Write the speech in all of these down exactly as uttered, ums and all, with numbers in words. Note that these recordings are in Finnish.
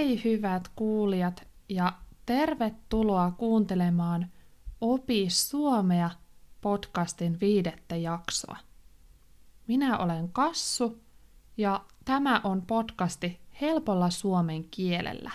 Hei hyvät kuulijat ja tervetuloa kuuntelemaan Opi Suomea podcastin viidettä jaksoa. Minä olen Kassu ja tämä on podcasti helpolla suomen kielellä.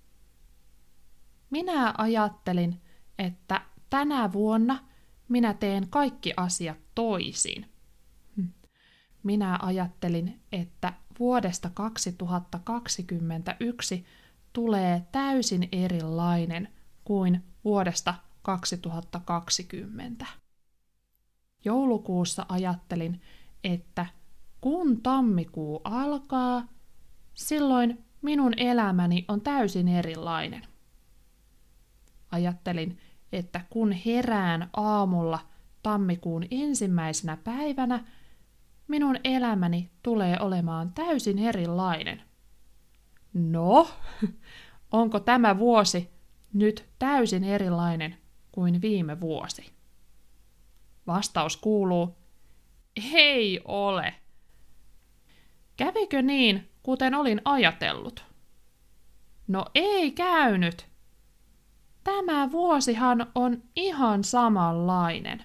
Minä ajattelin, että tänä vuonna minä teen kaikki asiat toisin. Minä ajattelin, että vuodesta kaksituhattakaksikymmentäyksi tulee täysin erilainen kuin vuodesta kaksituhattakaksikymmentä. Joulukuussa ajattelin, että kun tammikuu alkaa, silloin minun elämäni on täysin erilainen. Ajattelin, että kun herään aamulla tammikuun ensimmäisenä päivänä, minun elämäni tulee olemaan täysin erilainen. No, onko tämä vuosi nyt täysin erilainen kuin viime vuosi? Vastaus kuuluu, ei ole. Kävikö niin, kuten olin ajatellut? No ei käynyt. Tämä vuosihan on ihan samanlainen.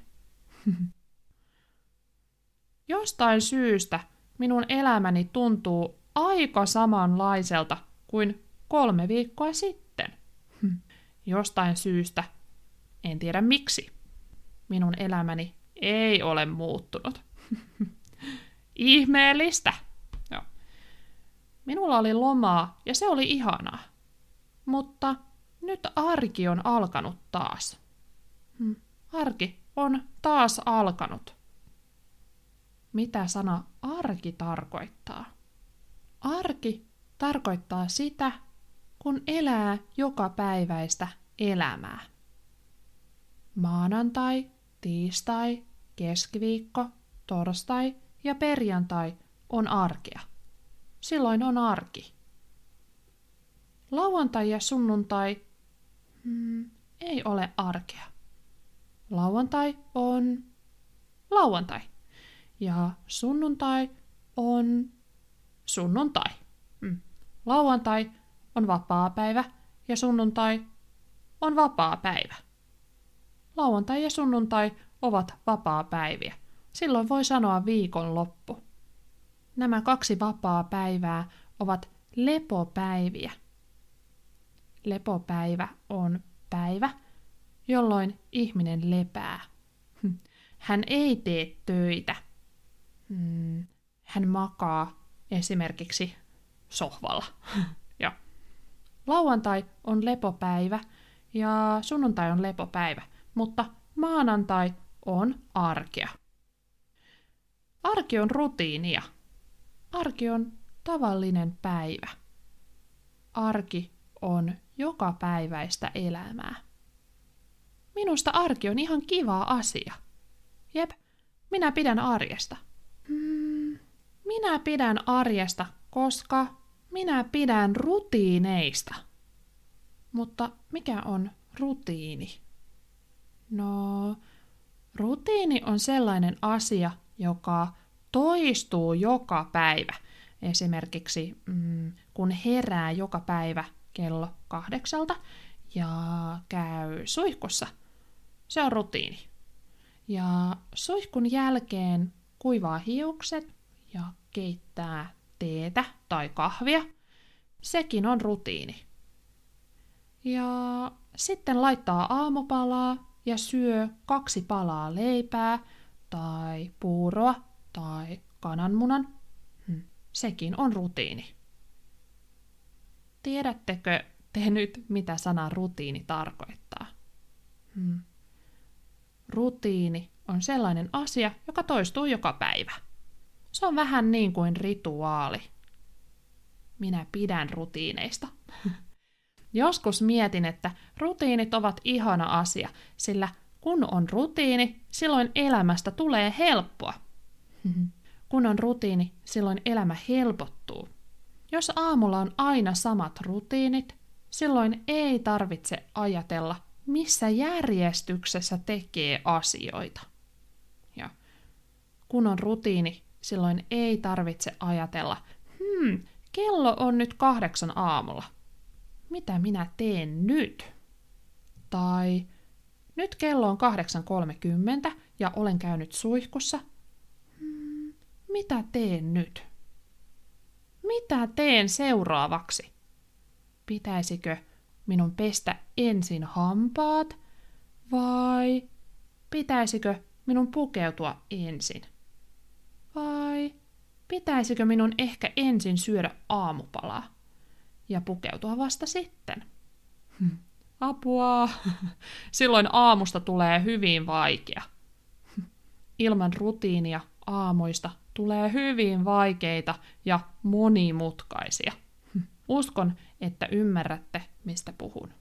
Jostain syystä minun elämäni tuntuu aika samanlaiselta kuin kolme viikkoa sitten. Jostain syystä, en tiedä miksi, minun elämäni ei ole muuttunut. Ihmeellistä. Joo. Minulla oli lomaa ja se oli ihanaa. Mutta nyt arki on alkanut taas. Arki on taas alkanut. Mitä sana arki tarkoittaa? Arki tarkoittaa sitä, kun elää jokapäiväistä elämää. Maanantai, tiistai, keskiviikko, torstai ja perjantai on arkea. Silloin on arki. Lauantai ja sunnuntai hmm, ei ole arkea. Lauantai on lauantai. Ja sunnuntai on sunnuntai. Mm. Lauantai on vapaapäivä ja sunnuntai on vapaapäivä. Lauantai ja sunnuntai ovat vapaapäiviä. Silloin voi sanoa viikonloppu. Nämä kaksi vapaapäivää ovat lepopäiviä. Lepopäivä on päivä, jolloin ihminen lepää. Hän ei tee töitä. Hmm. Hän makaa esimerkiksi sohvalla. Ja. Lauantai on lepopäivä ja sunnuntai on lepopäivä, mutta maanantai on arkea. Arki on rutiinia. Arki on tavallinen päivä. Arki on jokapäiväistä elämää. Minusta arki on ihan kiva asia. Jep, minä pidän arjesta. Hmm, minä pidän arjesta, koska minä pidän rutiineista. Mutta mikä on rutiini? No, rutiini on sellainen asia, joka toistuu joka päivä. Esimerkiksi mm, kun herää joka päivä kello kahdeksalta ja käy suihkussa. Se on rutiini. Ja suihkun jälkeen kuivaa hiukset ja keittää teetä tai kahvia. Sekin on rutiini. Ja sitten laittaa aamupalaa ja syö kaksi palaa leipää tai puuroa tai kananmunan. Hm. Sekin on rutiini. Tiedättekö te nyt, mitä sana rutiini tarkoittaa? Hmm. Rutiini on sellainen asia, joka toistuu joka päivä. Se on vähän niin kuin rituaali. Minä pidän rutiineista. Joskus mietin, että rutiinit ovat ihana asia, sillä kun on rutiini, silloin elämästä tulee helppoa. Kun on rutiini, silloin elämä helpottuu. Jos aamulla on aina samat rutiinit, silloin ei tarvitse ajatella, missä järjestyksessä tekee asioita. Ja kun on rutiini, silloin ei tarvitse ajatella, hmm, kello on nyt kahdeksan aamulla. mitä minä teen nyt? Tai nyt kello on kahdeksan kolmekymmentä ja olen käynyt suihkussa. Hmm, mitä teen nyt? Mitä teen seuraavaksi? Pitäisikö minun pestä ensin hampaat vai pitäisikö minun pukeutua ensin? Vai pitäisikö minun ehkä ensin syödä aamupalaa ja pukeutua vasta sitten? Hm. Apua! Silloin aamusta tulee hyvin vaikea. Ilman rutiinia aamuista tulee hyvin vaikeita ja monimutkaisia. Uskon, että ymmärrätte, mistä puhun.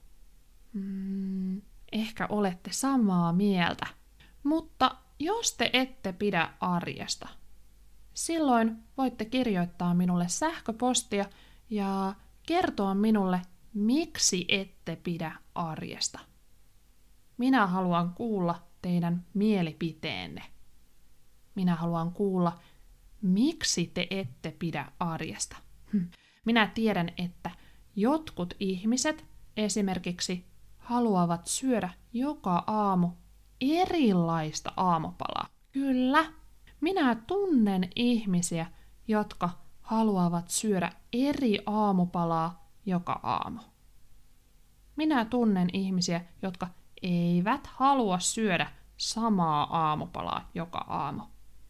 Hmm, ehkä olette samaa mieltä. Mutta jos te ette pidä arjesta, silloin voitte kirjoittaa minulle sähköpostia ja kertoa minulle, miksi ette pidä arjesta. Minä haluan kuulla teidän mielipiteenne. Minä haluan kuulla, miksi te ette pidä arjesta. Minä tiedän, että jotkut ihmiset esimerkiksi haluavat syödä joka aamu erilaista aamupalaa. Kyllä, minä tunnen ihmisiä, jotka haluavat syödä eri aamupalaa joka aamu. Minä tunnen ihmisiä, jotka eivät halua syödä samaa aamupalaa joka aamu.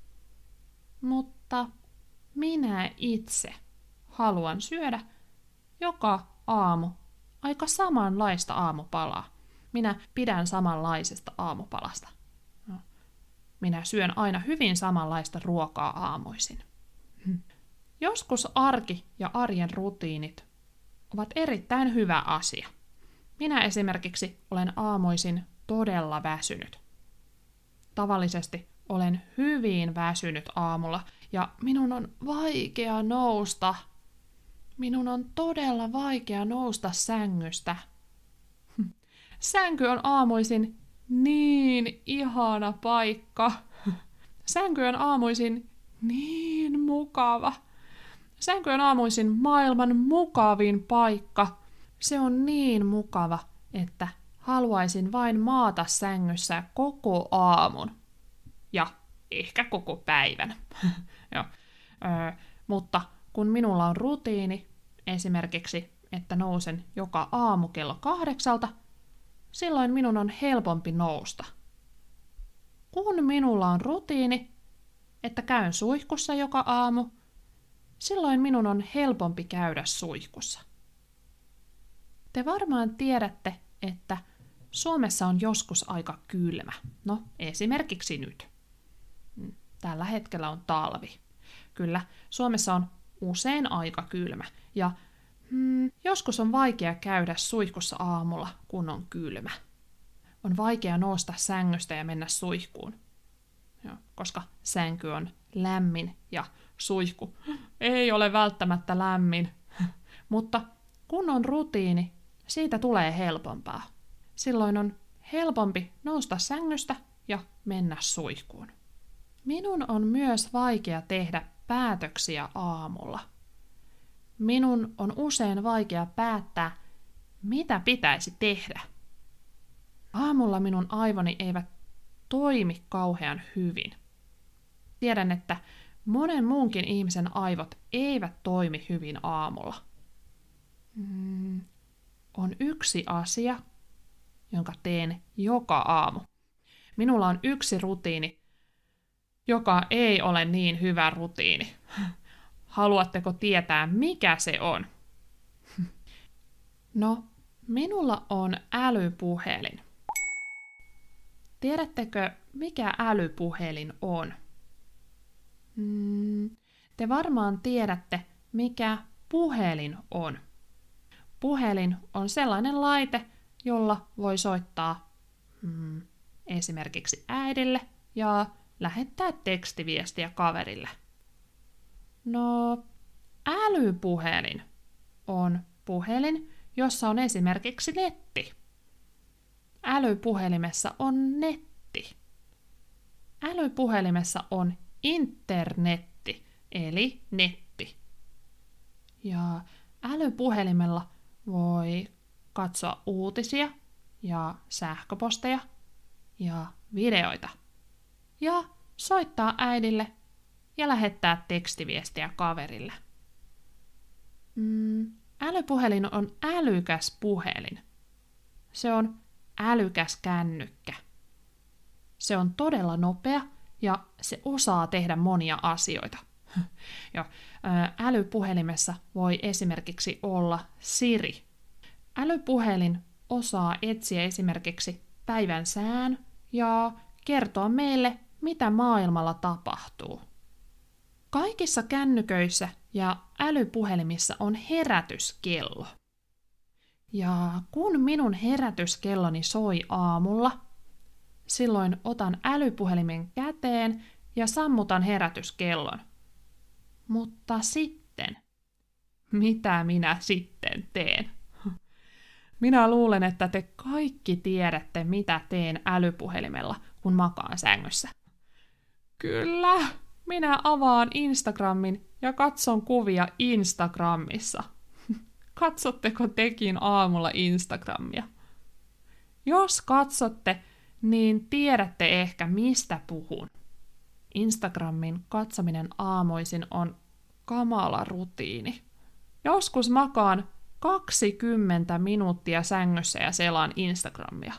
Mutta minä itse haluan syödä joka aamu aika samanlaista aamupalaa. Minä pidän samanlaisesta aamupalasta. Minä syön aina hyvin samanlaista ruokaa aamuisin. Joskus arki ja arjen rutiinit ovat erittäin hyvä asia. Minä esimerkiksi olen aamuisin todella väsynyt. Tavallisesti olen hyvin väsynyt aamulla ja minun on vaikea nousta. Minun on todella vaikea nousta sängystä. Sänky on aamuisin niin ihana paikka. Sänky on aamuisin niin mukava. Sänky on aamuisin maailman mukavin paikka. Se on niin mukava, että haluaisin vain maata sängyssä koko aamun. Ja ehkä koko päivän. Joo. Öö, mutta kun minulla on rutiini, esimerkiksi, että nousen joka aamu kello kahdeksalta, silloin minun on helpompi nousta. Kun minulla on rutiini, että käyn suihkussa joka aamu, silloin minun on helpompi käydä suihkussa. Te varmaan tiedätte, että Suomessa on joskus aika kylmä. No, esimerkiksi nyt. Tällä hetkellä on talvi. Kyllä, Suomessa on usein aika kylmä. Ja hmm, joskus on vaikea käydä suihkussa aamulla, kun on kylmä. On vaikea nousta sängystä ja mennä suihkuun. Joo, koska sänky on lämmin ja suihku ei ole välttämättä lämmin. Mutta kun on rutiini, siitä tulee helpompaa. Silloin on helpompi nousta sängystä ja mennä suihkuun. Minun on myös vaikea tehdä päätöksiä aamulla. Minun on usein vaikea päättää, mitä pitäisi tehdä. Aamulla minun aivoni eivät toimi kauhean hyvin. Tiedän, että monen muunkin ihmisen aivot eivät toimi hyvin aamulla. Mm, on yksi asia, jonka teen joka aamu. Minulla on yksi rutiini, joka ei ole niin hyvä rutiini. Haluatteko tietää, mikä se on? No, minulla on älypuhelin. Tiedättekö, mikä älypuhelin on? Mm, te varmaan tiedätte, mikä puhelin on. Puhelin on sellainen laite, jolla voi soittaa mm, esimerkiksi äidille ja lähettää tekstiviestiä kaverille. No, älypuhelin on puhelin, jossa on esimerkiksi netti. Älypuhelimessa on netti. Älypuhelimessa on internetti, eli netti. Ja älypuhelimella voi katsoa uutisia ja sähköposteja ja videoita ja soittaa äidille ja lähettää tekstiviestiä kaverille. Mm, älypuhelin on älykäs puhelin. Se on älykäs kännykkä. Se on todella nopea ja se osaa tehdä monia asioita. Ja älypuhelimessa voi esimerkiksi olla Siri. Älypuhelin osaa etsiä esimerkiksi päivän sään ja kertoa meille, mitä maailmalla tapahtuu. Kaikissa kännyköissä ja älypuhelimissa on herätyskello. Ja kun minun herätyskelloni soi aamulla, silloin otan älypuhelimen käteen ja sammutan herätyskellon. Mutta sitten, mitä minä sitten teen? Minä luulen, että te kaikki tiedätte, mitä teen älypuhelimella, kun makaan sängyssä. Kyllä, minä avaan Instagramin ja katson kuvia Instagramissa. Katsotteko tekin aamulla Instagramia? Jos katsotte, niin tiedätte ehkä, mistä puhun. Instagramin katsominen aamuisin on kamala rutiini. Joskus makaan kaksikymmentä minuuttia sängyssä ja selaan Instagramia.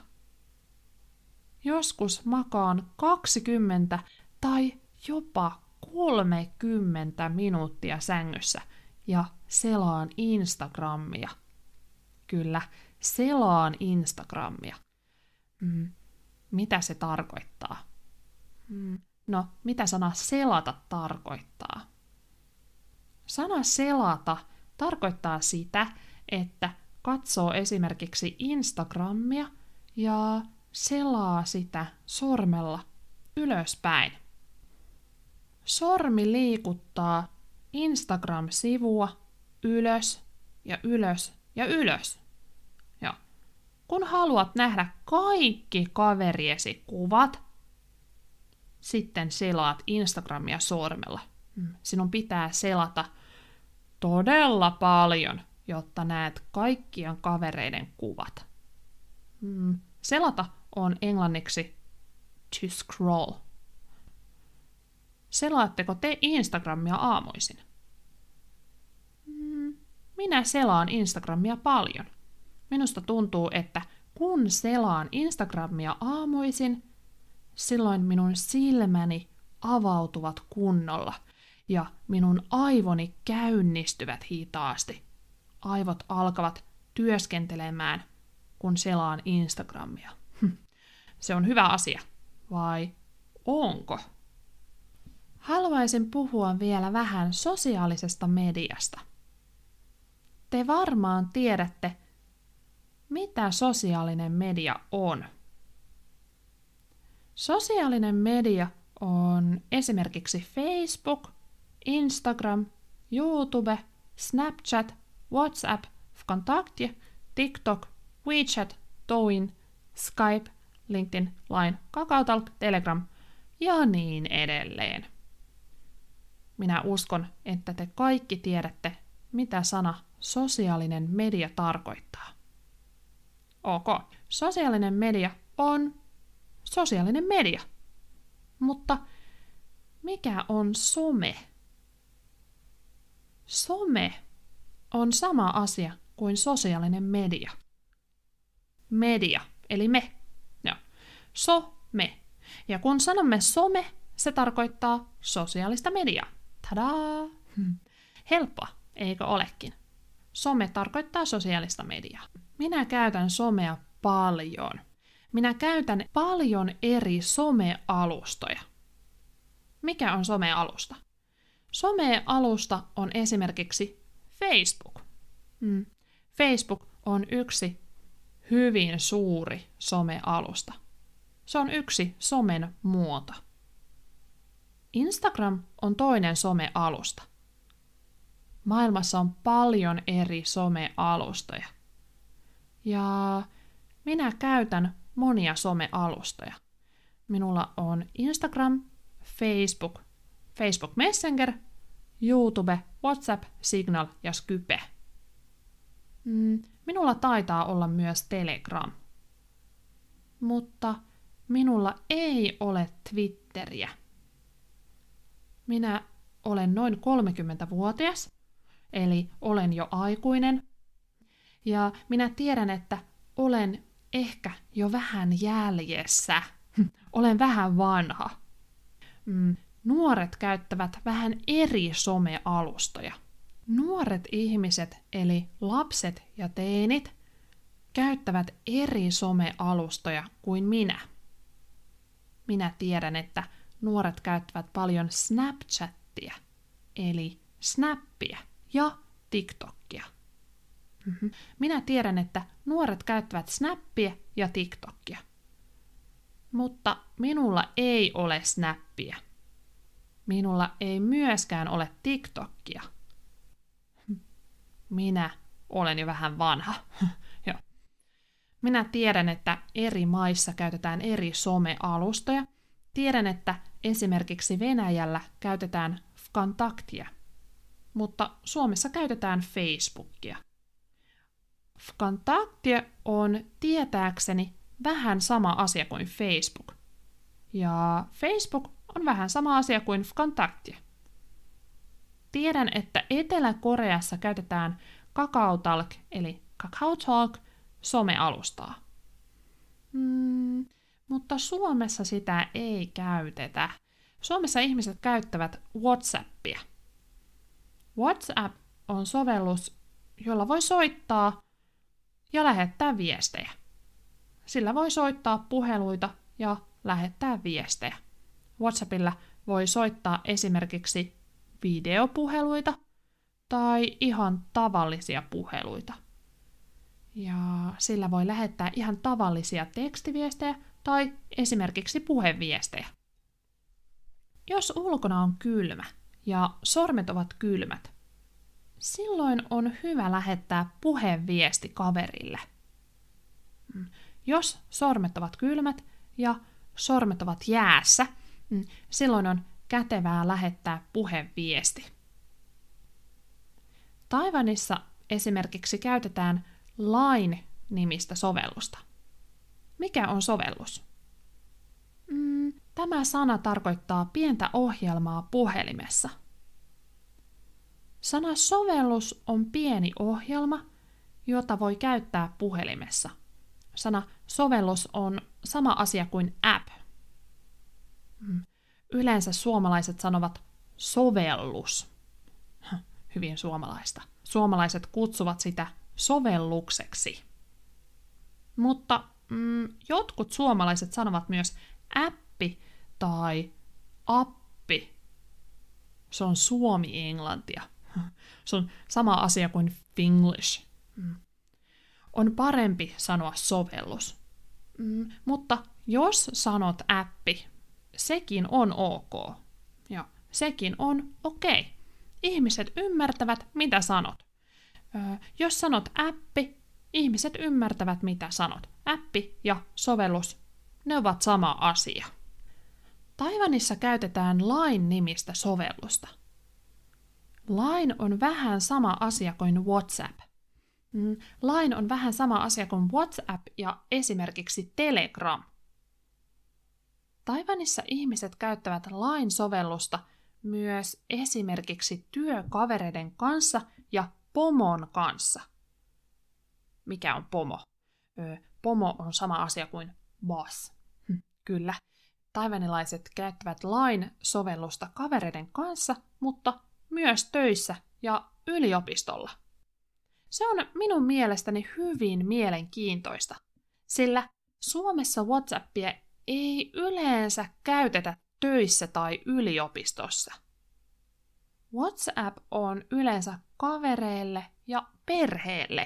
Joskus makaan kaksikymmentä tai jopa kolmekymmentä minuuttia sängyssä ja selaan Instagramia. Kyllä, selaan Instagramia. Mm, mitä se tarkoittaa? Mm, no, mitä sana selata tarkoittaa? Sana selata tarkoittaa sitä, että katsoo esimerkiksi Instagramia ja selaa sitä sormella ylöspäin. Sormi liikuttaa Instagram-sivua ylös ja ylös ja ylös. Ja kun haluat nähdä kaikki kaveriesi kuvat, sitten selaat Instagramia sormella. Sinun pitää selata todella paljon, jotta näet kaikkien kavereiden kuvat. Selata on englanniksi to scroll. Selaatteko te Instagramia aamuisin? Minä selaan Instagramia paljon. Minusta tuntuu, että kun selaan Instagramia aamuisin, silloin minun silmäni avautuvat kunnolla ja minun aivoni käynnistyvät hitaasti. Aivot alkavat työskentelemään, kun selaan Instagramia. Se on hyvä asia, vai onko? Haluaisin puhua vielä vähän sosiaalisesta mediasta. Te varmaan tiedätte, mitä sosiaalinen media on. Sosiaalinen media on esimerkiksi Facebook, Instagram, YouTube, Snapchat, WhatsApp, VKontakte, TikTok, WeChat, Douyin, Skype, LinkedIn, Line, KakaoTalk, Telegram ja niin edelleen. Minä uskon, että te kaikki tiedätte, mitä sana sosiaalinen media tarkoittaa. Ok, sosiaalinen media on sosiaalinen media. Mutta mikä on some? Some on sama asia kuin sosiaalinen media. Media, eli me. Joo. So-me. Ja kun sanomme some, se tarkoittaa sosiaalista mediaa. Tadaa! Hmm. Helppoa, eikö olekin? Some tarkoittaa sosiaalista mediaa. Minä käytän somea paljon. Minä käytän paljon eri somealustoja. Mikä on somealusta? Somealusta on esimerkiksi Facebook. Hmm. Facebook on yksi hyvin suuri somealusta. Se on yksi somen muoto. Instagram on toinen somealusta. Maailmassa on paljon eri somealustoja. Ja minä käytän monia somealustoja. Minulla on Instagram, Facebook, Facebook Messenger, YouTube, WhatsApp, Signal ja Skype. Minulla taitaa olla myös Telegram. Mutta minulla ei ole Twitteriä. Minä olen noin kolmekymmentävuotias, eli olen jo aikuinen. Ja minä tiedän, että olen ehkä jo vähän jäljessä. Olen vähän vanha. Mm, nuoret käyttävät vähän eri somealustoja. Nuoret ihmiset, eli lapset ja teinit, käyttävät eri somealustoja kuin minä. Minä tiedän, että nuoret käyttävät paljon Snapchattia, eli Snappia ja TikTokia. Mm-hmm. Minä tiedän, että nuoret käyttävät Snappia ja TikTokia. Mutta minulla ei ole Snappia. Minulla ei myöskään ole TikTokia. Minä olen jo vähän vanha. Joo. Minä tiedän, että eri maissa käytetään eri somealustoja. Tiedän, että esimerkiksi Venäjällä käytetään Vkontaktia, mutta Suomessa käytetään Facebookia. Vkontaktia on tietääkseni vähän sama asia kuin Facebook. Ja Facebook on vähän sama asia kuin Vkontaktia. Tiedän, että Etelä-Koreassa käytetään KakaoTalk eli KakaoTalk somealustaa. Mm, mutta Suomessa sitä ei käytetä. Suomessa ihmiset käyttävät WhatsAppia. WhatsApp on sovellus, jolla voi soittaa ja lähettää viestejä. Sillä voi soittaa puheluita ja lähettää viestejä. WhatsAppilla voi soittaa esimerkiksi videopuheluita tai ihan tavallisia puheluita. Ja sillä voi lähettää ihan tavallisia tekstiviestejä tai esimerkiksi puheviestejä. Jos ulkona on kylmä ja sormet ovat kylmät, silloin on hyvä lähettää puheviesti kaverille. Jos sormet ovat kylmät ja sormet ovat jäässä, silloin on kätevää lähettää puheviesti. Taiwanissa esimerkiksi käytetään Line-nimistä sovellusta. Mikä on sovellus? Mm, tämä sana tarkoittaa pientä ohjelmaa puhelimessa. Sana sovellus on pieni ohjelma, jota voi käyttää puhelimessa. Sana sovellus on sama asia kuin app. Mm. Yleensä suomalaiset sanovat sovellus. Hyvin suomalaista. Suomalaiset kutsuvat sitä sovellukseksi. Mutta mm, jotkut suomalaiset sanovat myös appi tai appi. Se on suomi-englantia. Se on sama asia kuin finglish. Mm. On parempi sanoa sovellus. Mm, mutta jos sanot appi, sekin on ok. Ja sekin on okei. Okay. Ihmiset ymmärtävät, mitä sanot. Öö, jos sanot appi, ihmiset ymmärtävät, mitä sanot. Appi ja sovellus, ne ovat sama asia. Taiwanissa käytetään Line-nimistä sovellusta. Line on vähän sama asia kuin WhatsApp. Mm, Line on vähän sama asia kuin WhatsApp ja esimerkiksi Telegram. Taiwanissa ihmiset käyttävät Line-sovellusta myös esimerkiksi työkavereiden kanssa ja pomon kanssa. Mikä on pomo? Öö, pomo on sama asia kuin boss. Hm, kyllä. Taiwanilaiset käyttävät Line-sovellusta kavereiden kanssa, mutta myös töissä ja yliopistolla. Se on minun mielestäni hyvin mielenkiintoista, sillä Suomessa WhatsAppia ei yleensä käytetä töissä tai yliopistossa. WhatsApp on yleensä kavereille ja perheelle.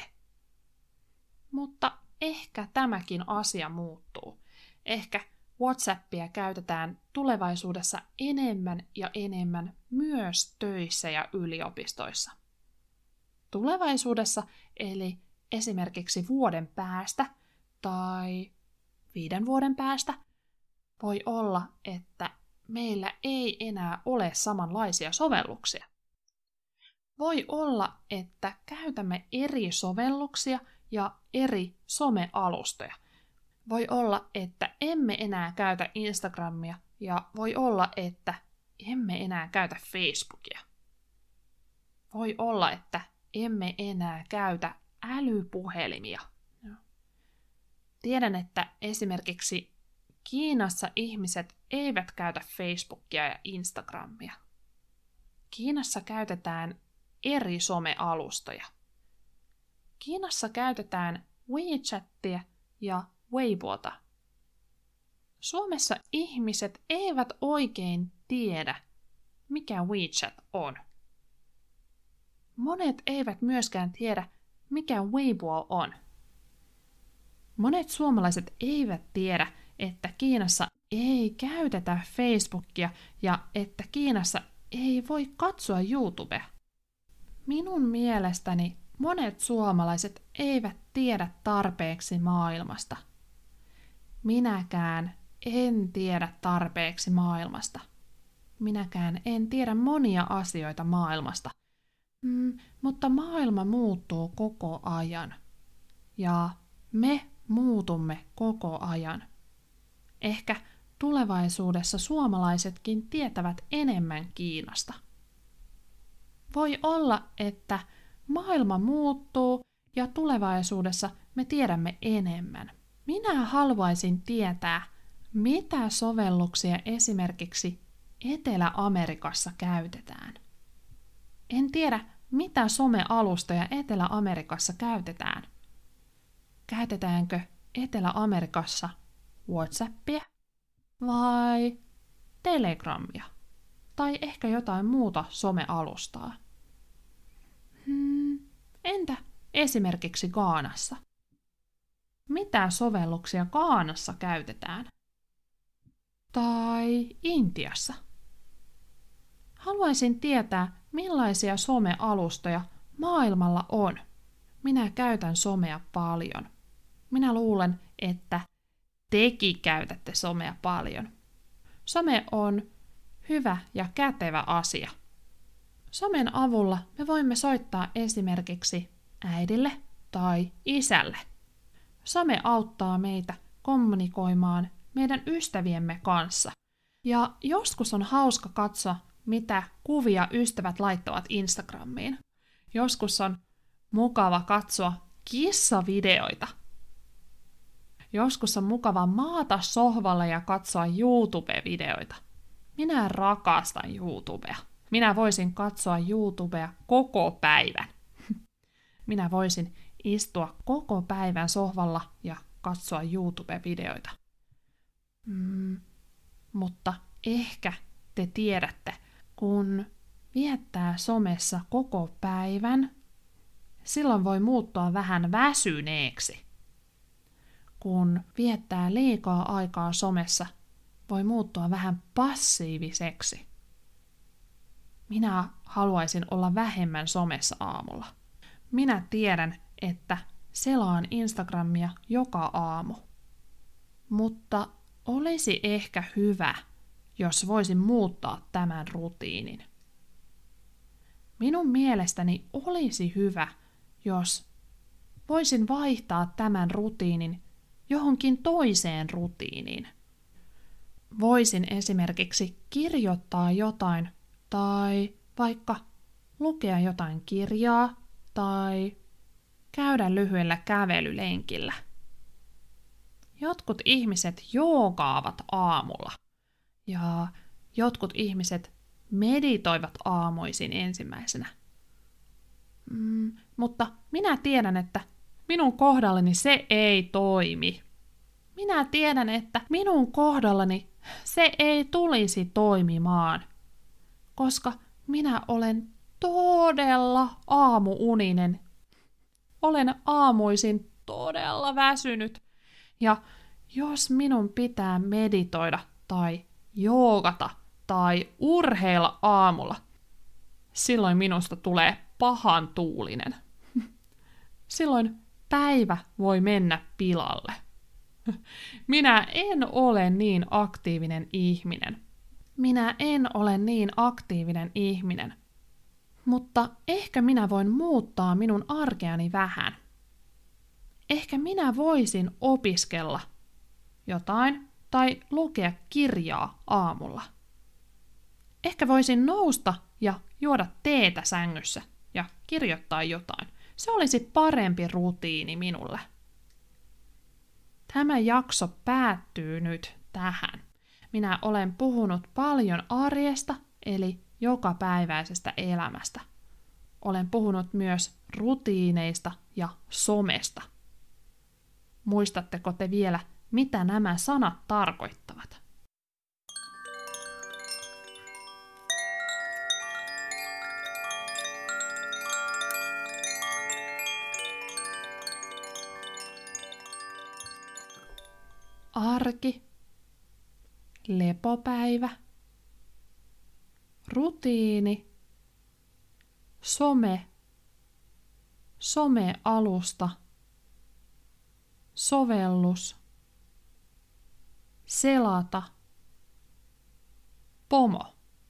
Mutta ehkä tämäkin asia muuttuu. Ehkä WhatsAppia käytetään tulevaisuudessa enemmän ja enemmän myös töissä ja yliopistoissa. Tulevaisuudessa, eli esimerkiksi vuoden päästä tai viiden vuoden päästä, voi olla, että meillä ei enää ole samanlaisia sovelluksia. Voi olla, että käytämme eri sovelluksia ja eri somealustoja. Voi olla, että emme enää käytä Instagramia ja voi olla, että emme enää käytä Facebookia. Voi olla, että emme enää käytä älypuhelimia. Tiedän, että esimerkiksi Kiinassa ihmiset eivät käytä Facebookia ja Instagramia. Kiinassa käytetään eri somealustoja. Kiinassa käytetään WeChatia ja Weiboota. Suomessa ihmiset eivät oikein tiedä, mikä WeChat on. Monet eivät myöskään tiedä, mikä Weibo on. Monet suomalaiset eivät tiedä, että Kiinassa ei käytetä Facebookia ja että Kiinassa ei voi katsoa YouTubea. Minun mielestäni monet suomalaiset eivät tiedä tarpeeksi maailmasta. Minäkään en tiedä tarpeeksi maailmasta. Minäkään en tiedä monia asioita maailmasta. Mm, mutta maailma muuttuu koko ajan. Ja me muutumme koko ajan. Ehkä tulevaisuudessa suomalaisetkin tietävät enemmän Kiinasta. Voi olla, että maailma muuttuu ja tulevaisuudessa me tiedämme enemmän. Minä haluaisin tietää, mitä sovelluksia esimerkiksi Etelä-Amerikassa käytetään. En tiedä, mitä somealustoja Etelä-Amerikassa käytetään. Käytetäänkö Etelä-Amerikassa WhatsAppia vai Telegramia tai ehkä jotain muuta somealustaa? Hmm, entä esimerkiksi Ghanassa? Mitä sovelluksia Ghanassa käytetään? Tai Intiassa? Haluaisin tietää, millaisia somealustoja maailmalla on. Minä käytän somea paljon. Minä luulen, että tekin käytätte somea paljon. Some on hyvä ja kätevä asia. Somen avulla me voimme soittaa esimerkiksi äidille tai isälle. Some auttaa meitä kommunikoimaan meidän ystäviemme kanssa. Ja joskus on hauska katsoa, mitä kuvia ystävät laittavat Instagramiin. Joskus on mukava katsoa kissavideoita. Joskus on mukava maata sohvalla ja katsoa YouTube-videoita. Minä rakastan YouTubea. Minä voisin katsoa YouTubea koko päivän. Minä voisin istua koko päivän sohvalla ja katsoa YouTube-videoita. Mm, mutta ehkä te tiedätte, kun viettää somessa koko päivän, silloin voi muuttua vähän väsyneeksi. Kun viettää liikaa aikaa somessa, voi muuttua vähän passiiviseksi. Minä haluaisin olla vähemmän somessa aamulla. Minä tiedän, että selaan Instagramia joka aamu. Mutta olisi ehkä hyvä, jos voisin muuttaa tämän rutiinin. Minun mielestäni olisi hyvä, jos voisin vaihtaa tämän rutiinin johonkin toiseen rutiiniin. Voisin esimerkiksi kirjoittaa jotain tai vaikka lukea jotain kirjaa tai käydä lyhyellä kävelylenkillä. Jotkut ihmiset joogaavat aamulla ja jotkut ihmiset meditoivat aamuisin ensimmäisenä. Mm, mutta minä tiedän, että minun kohdallani se ei toimi. Minä tiedän, että minun kohdallani se ei tulisi toimimaan, koska minä olen todella aamuuninen. Olen aamuisin todella väsynyt. Ja jos minun pitää meditoida tai joogata tai urheilla aamulla, silloin minusta tulee pahan tuulinen. Silloin päivä voi mennä pilalle. Minä en ole niin aktiivinen ihminen. Minä en ole niin aktiivinen ihminen. Mutta ehkä minä voin muuttaa minun arkeani vähän. ehkä minä voisin opiskella jotain tai lukea kirjaa aamulla. Ehkä voisin nousta ja juoda teetä sängyssä ja kirjoittaa jotain. Se olisi parempi rutiini minulle. Tämä jakso päättyy nyt tähän. Minä olen puhunut paljon arjesta, eli jokapäiväisestä elämästä. Olen puhunut myös rutiineista ja somesta. Muistatteko te vielä, mitä nämä sanat tarkoittavat? Arki, lepopäivä, rutiini, some, somealusta, sovellus, selata, pomo.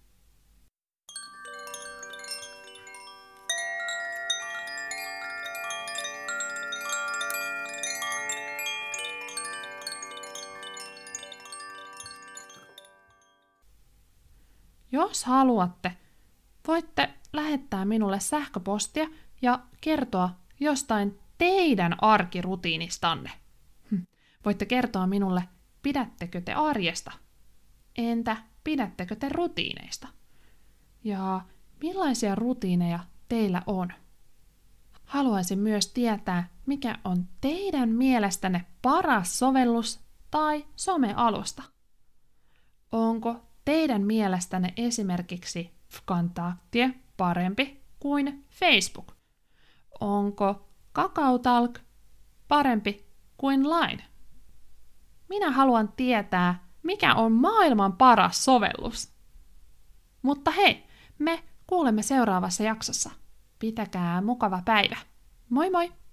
Jos haluatte, voitte lähettää minulle sähköpostia ja kertoa jostain teidän arkirutiinistanne. Voitte kertoa minulle, pidättekö te arjesta? Entä pidättekö te rutiineista? Ja millaisia rutiineja teillä on? Haluaisin myös tietää, mikä on teidän mielestänne paras sovellus tai somealusta. Onko teidän mielestänne esimerkiksi Vkontakte parempi kuin Facebook? Onko KakaoTalk parempi kuin Line? Minä haluan tietää, mikä on maailman paras sovellus. Mutta hei, me kuulemme seuraavassa jaksossa. Pitäkää mukava päivä. Moi moi!